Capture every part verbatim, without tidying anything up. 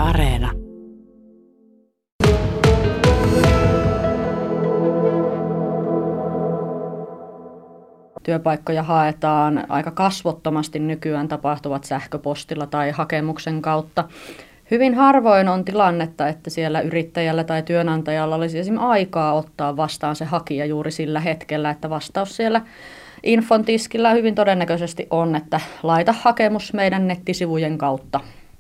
Areena. Työpaikkoja haetaan aika kasvottomasti nykyään tapahtuvat sähköpostilla tai hakemuksen kautta. Hyvin harvoin on tilannetta, että siellä yrittäjällä tai työnantajalla olisi esimerkiksi aikaa ottaa vastaan se hakija juuri sillä hetkellä, että vastaus siellä infon tiskillä hyvin todennäköisesti on, että laita hakemus meidän nettisivujen kautta.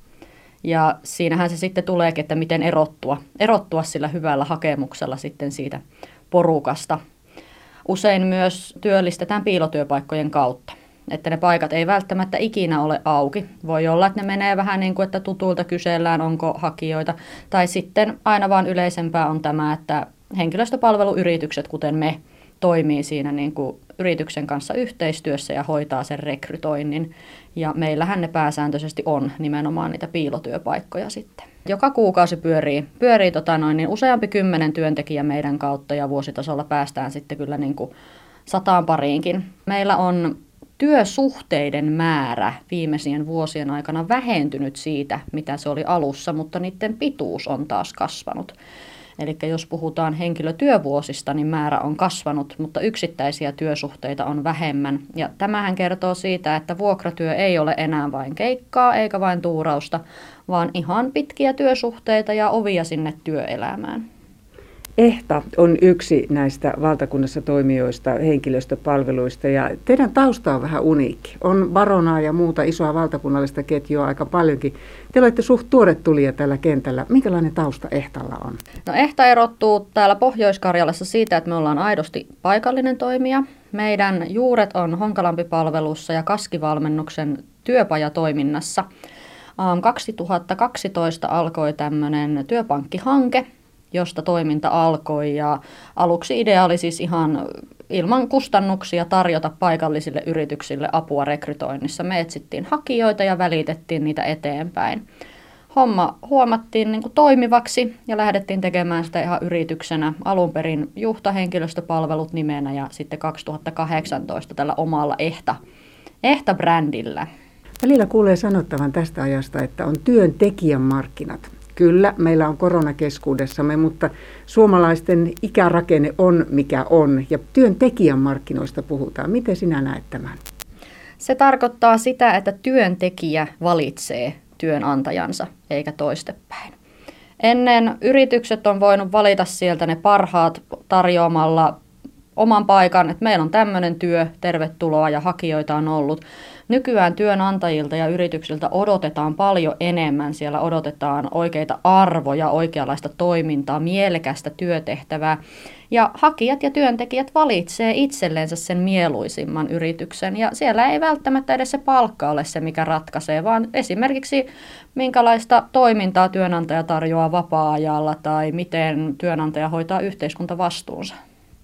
Ja siinähän se sitten tuleekin, että miten erottua, erottua sillä hyvällä hakemuksella sitten siitä porukasta. Usein myös työllistetään piilotyöpaikkojen kautta, että ne paikat ei välttämättä ikinä ole auki. Voi olla, että ne menee vähän niin kuin, että tutulta kysellään, onko hakijoita. Tai sitten aina vaan yleisempää on tämä, että henkilöstöpalveluyritykset, kuten me, toimii siinä niin kuin yrityksen kanssa yhteistyössä ja hoitaa sen rekrytoinnin. Ja meillähän ne pääsääntöisesti on nimenomaan niitä piilotyöpaikkoja sitten. Joka kuukausi pyörii, pyörii tota noin, niin useampi kymmenen työntekijä meidän kautta ja vuositasolla päästään sitten kyllä niin kuin sataan pariinkin. Meillä on työsuhteiden määrä viimeisien vuosien aikana vähentynyt siitä, mitä se oli alussa, mutta niiden pituus on taas kasvanut. Eli jos puhutaan henkilötyövuosista, niin määrä on kasvanut, mutta yksittäisiä työsuhteita on vähemmän. Ja tämähän kertoo siitä, että vuokratyö ei ole enää vain keikkaa eikä vain tuurausta, vaan ihan pitkiä työsuhteita ja ovia sinne työelämään. Ehta on yksi näistä valtakunnassa toimijoista henkilöstöpalveluista ja teidän tausta on vähän uniikki. On Baronaa ja muuta isoa valtakunnallista ketjua aika paljonkin. Te olette suht tuore tulija tällä kentällä. Minkälainen tausta Ehtalla on? No Ehta erottuu täällä Pohjois-Karjalassa siitä, että me ollaan aidosti paikallinen toimija. Meidän juuret on Honkalampi-palvelussa ja Kaskivalmennuksen työpajatoiminnassa. kaksituhattakaksitoista alkoi tämmöinen työpankkihanke, josta toiminta alkoi ja aluksi idea oli siis ihan ilman kustannuksia tarjota paikallisille yrityksille apua rekrytoinnissa. Me etsittiin hakijoita ja välitettiin niitä eteenpäin. Homma huomattiin niin kuin toimivaksi ja lähdettiin tekemään sitä ihan yrityksenä. Alun perin Juhta henkilöstöpalvelut nimenä ja sitten kaksituhattakahdeksantoista tällä omalla Ehta, Ehta-brändillä. Välillä kuulee sanottavan tästä ajasta, että on työntekijän markkinat. Kyllä, meillä on korona keskuudessamme, mutta suomalaisten ikärakenne on mikä on ja työntekijän markkinoista puhutaan. Miten sinä näet tämän? Se tarkoittaa sitä, että työntekijä valitsee työnantajansa eikä toistepäin. Ennen yritykset on voinut valita sieltä ne parhaat tarjoamalla oman paikan, että meillä on tämmöinen työ, tervetuloa ja hakijoita on ollut. Nykyään työnantajilta ja yrityksiltä odotetaan paljon enemmän. Siellä odotetaan oikeita arvoja, oikeanlaista toimintaa, mielekästä työtehtävää. Ja hakijat ja työntekijät valitsee itsellensä sen mieluisimman yrityksen. Ja siellä ei välttämättä edes se palkka ole se, mikä ratkaisee, vaan esimerkiksi minkälaista toimintaa työnantaja tarjoaa vapaa-ajalla tai miten työnantaja hoitaa yhteiskuntavastuunsa.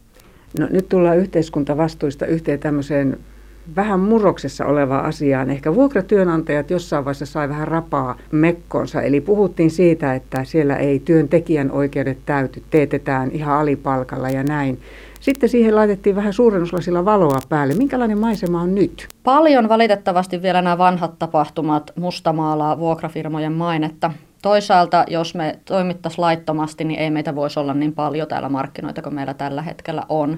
No, nyt tullaan yhteiskuntavastuista yhteen tämmöiseen vähän murroksessa olevaan asiaan. Ehkä vuokratyönantajat jossain vaiheessa sai vähän rapaa mekkonsa. Eli puhuttiin siitä, että siellä ei työntekijän oikeudet täyty, teetetään ihan alipalkalla ja näin. Sitten siihen laitettiin vähän suurennuslasilla valoa päälle. Minkälainen maisema on nyt? Paljon valitettavasti vielä nämä vanhat tapahtumat mustamaalaa vuokrafirmojen mainetta. Toisaalta, jos me toimittaisiin laittomasti, niin ei meitä voisi olla niin paljon täällä markkinoita kuin meillä tällä hetkellä on.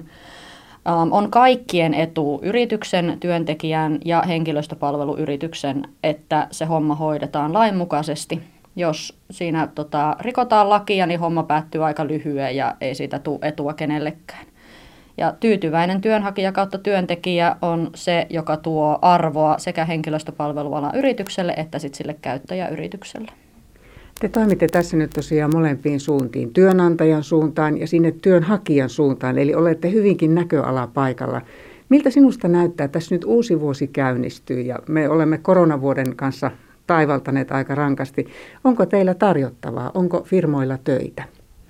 Um, on kaikkien etu, yrityksen, työntekijän ja henkilöstöpalveluyrityksen, että se homma hoidetaan lainmukaisesti. Jos siinä tota, rikotaan lakia, niin homma päättyy aika lyhyen ja ei siitä tule etua kenellekään. Ja tyytyväinen työnhakija kautta työntekijä on se, joka tuo arvoa sekä henkilöstöpalvelualan yritykselle että sit sille käyttäjäyritykselle. Te toimitte tässä nyt tosiaan molempiin suuntiin, työnantajan suuntaan ja sinne työnhakijan suuntaan, eli olette hyvinkin näköalapaikalla. Miltä sinusta näyttää, tässä nyt uusi vuosi käynnistyy ja me olemme koronavuoden kanssa taivaltaneet aika rankasti. Onko teillä tarjottavaa, onko firmoilla töitä?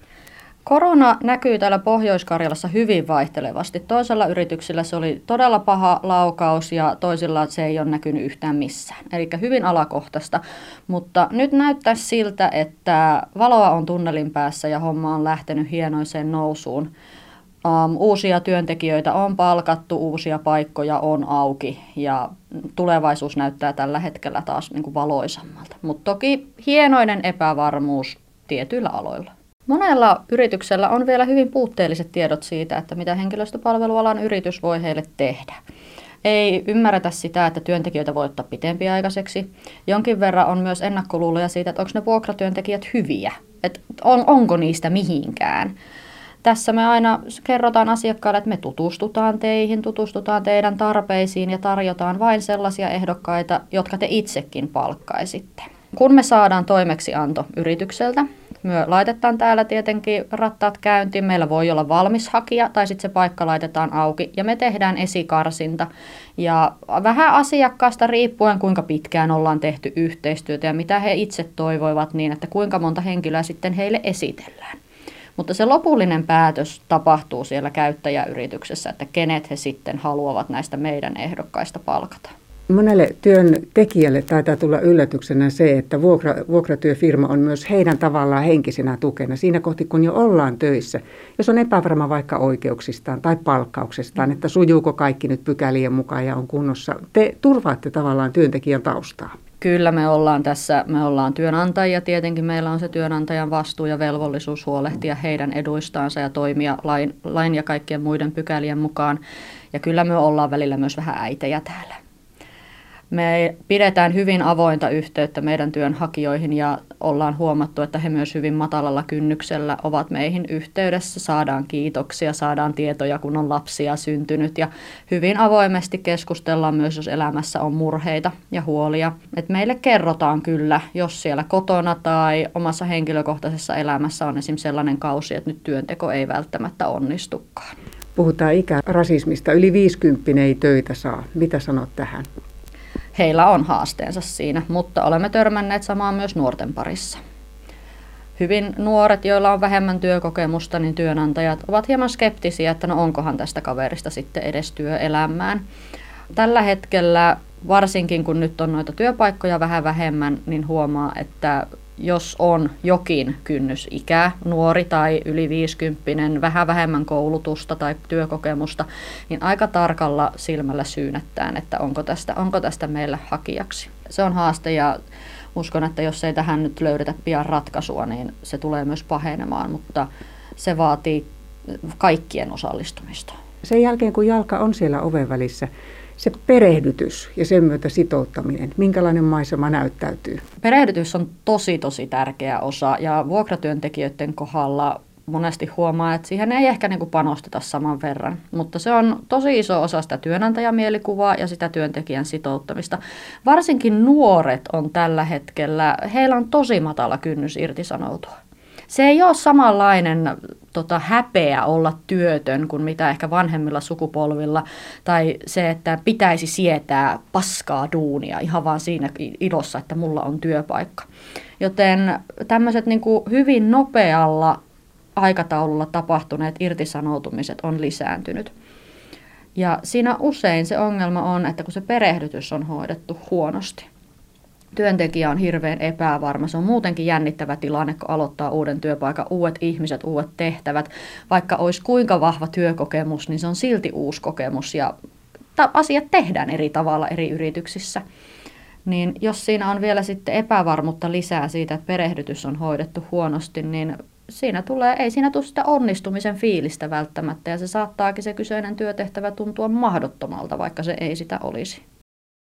Korona näkyy täällä Pohjois-Karjalassa hyvin vaihtelevasti. Toisella yrityksillä se oli todella paha laukaus ja toisilla se ei ole näkynyt yhtään missään. Eli hyvin alakohtaista, mutta nyt näyttää siltä, että valoa on tunnelin päässä ja homma on lähtenyt hienoiseen nousuun. Um, uusia työntekijöitä on palkattu, uusia paikkoja on auki ja tulevaisuus näyttää tällä hetkellä taas niin kuin valoisammalta. Mutta toki hienoinen epävarmuus tietyillä aloilla. Monella yrityksellä on vielä hyvin puutteelliset tiedot siitä, että mitä henkilöstöpalvelualan yritys voi heille tehdä. Ei ymmärretä sitä, että työntekijöitä voi ottaa pitempiaikaiseksi. Jonkin verran on myös ennakkoluuloja siitä, että onko ne vuokratyöntekijät hyviä, että on, onko niistä mihinkään. Tässä me aina kerrotaan asiakkaille, että me tutustutaan teihin, tutustutaan teidän tarpeisiin ja tarjotaan vain sellaisia ehdokkaita, jotka te itsekin palkkaisitte. Kun me saadaan toimeksianto yritykseltä, me laitetaan täällä tietenkin rattaat käyntiin. Meillä voi olla valmis hakija tai sitten se paikka laitetaan auki ja me tehdään esikarsinta. Ja vähän asiakkaasta riippuen, kuinka pitkään ollaan tehty yhteistyötä ja mitä he itse toivoivat niin, että kuinka monta henkilöä sitten heille esitellään. Mutta se lopullinen päätös tapahtuu siellä käyttäjäyrityksessä, että kenet he sitten haluavat näistä meidän ehdokkaista palkata. Monelle työntekijälle taitaa tulla yllätyksenä se, että vuokra, vuokratyöfirma on myös heidän tavallaan henkisenä tukena siinä kohti, kun jo ollaan töissä. Jos on epävarma vaikka oikeuksistaan tai palkkauksestaan, että sujuuko kaikki nyt pykälien mukaan ja on kunnossa. Te turvaatte tavallaan työntekijän taustaa. Kyllä me ollaan tässä, me ollaan työnantajia, tietenkin meillä on se työnantajan vastuu ja velvollisuus huolehtia heidän eduistaansa ja toimia lain, lain ja kaikkien muiden pykälien mukaan. Ja kyllä me ollaan välillä myös vähän äitejä täällä. Me pidetään hyvin avointa yhteyttä meidän työnhakijoihin ja ollaan huomattu, että he myös hyvin matalalla kynnyksellä ovat meihin yhteydessä. Saadaan kiitoksia, saadaan tietoja, kun on lapsia syntynyt ja hyvin avoimesti keskustellaan myös, jos elämässä on murheita ja huolia. Et meille kerrotaan kyllä, jos siellä kotona tai omassa henkilökohtaisessa elämässä on esimerkiksi sellainen kausi, että nyt työnteko ei välttämättä onnistukaan. Puhutaan ikärasismista. Yli viisikymppinen ei töitä saa. Mitä sanot tähän? Heillä on haasteensa siinä, mutta olemme törmänneet samaan myös nuorten parissa. Hyvin nuoret, joilla on vähemmän työkokemusta, niin työnantajat ovat hieman skeptisiä, että no onkohan tästä kaverista sitten edes työelämään. Tällä hetkellä, varsinkin kun nyt on noita työpaikkoja vähän vähemmän, niin huomaa, että jos on jokin kynnysikä, nuori tai yli viisikymppinen, vähän vähemmän koulutusta tai työkokemusta, niin aika tarkalla silmällä syynättään, että onko tästä, onko tästä meillä hakijaksi. Se on haaste ja uskon, että jos ei tähän nyt löydetä pian ratkaisua, niin se tulee myös pahenemaan, mutta se vaatii kaikkien osallistumista. Sen jälkeen, kun jalka on siellä oven välissä, se perehdytys ja sen myötä sitouttaminen, minkälainen maisema näyttäytyy? Perehdytys on tosi tosi tärkeä osa ja vuokratyöntekijöiden kohdalla monesti huomaa, että siihen ei ehkä niin kuin panosteta saman verran, mutta se on tosi iso osa sitä työnantajamielikuvaa ja sitä työntekijän sitouttamista. Varsinkin nuoret on tällä hetkellä, heillä on tosi matala kynnys irtisanoutua. Se ei ole samanlainen tota, häpeä olla työtön kuin mitä ehkä vanhemmilla sukupolvilla, tai se, että pitäisi sietää paskaa duunia ihan vaan siinä ilossa, että mulla on työpaikka. Joten tämmöiset niin kuin hyvin nopealla aikataululla tapahtuneet irtisanoutumiset on lisääntynyt. Ja siinä usein se ongelma on, että kun se perehdytys on hoidettu huonosti. Työntekijä on hirveän epävarma. Se on muutenkin jännittävä tilanne, kun aloittaa uuden työpaikan, uudet ihmiset, uudet tehtävät. Vaikka olisi kuinka vahva työkokemus, niin se on silti uusi kokemus ja asiat tehdään eri tavalla eri yrityksissä. Niin jos siinä on vielä sitten epävarmuutta lisää siitä, että perehdytys on hoidettu huonosti, niin siinä tulee, ei siinä tule sitä onnistumisen fiilistä välttämättä ja se saattaakin se kyseinen työtehtävä tuntua mahdottomalta, vaikka se ei sitä olisi.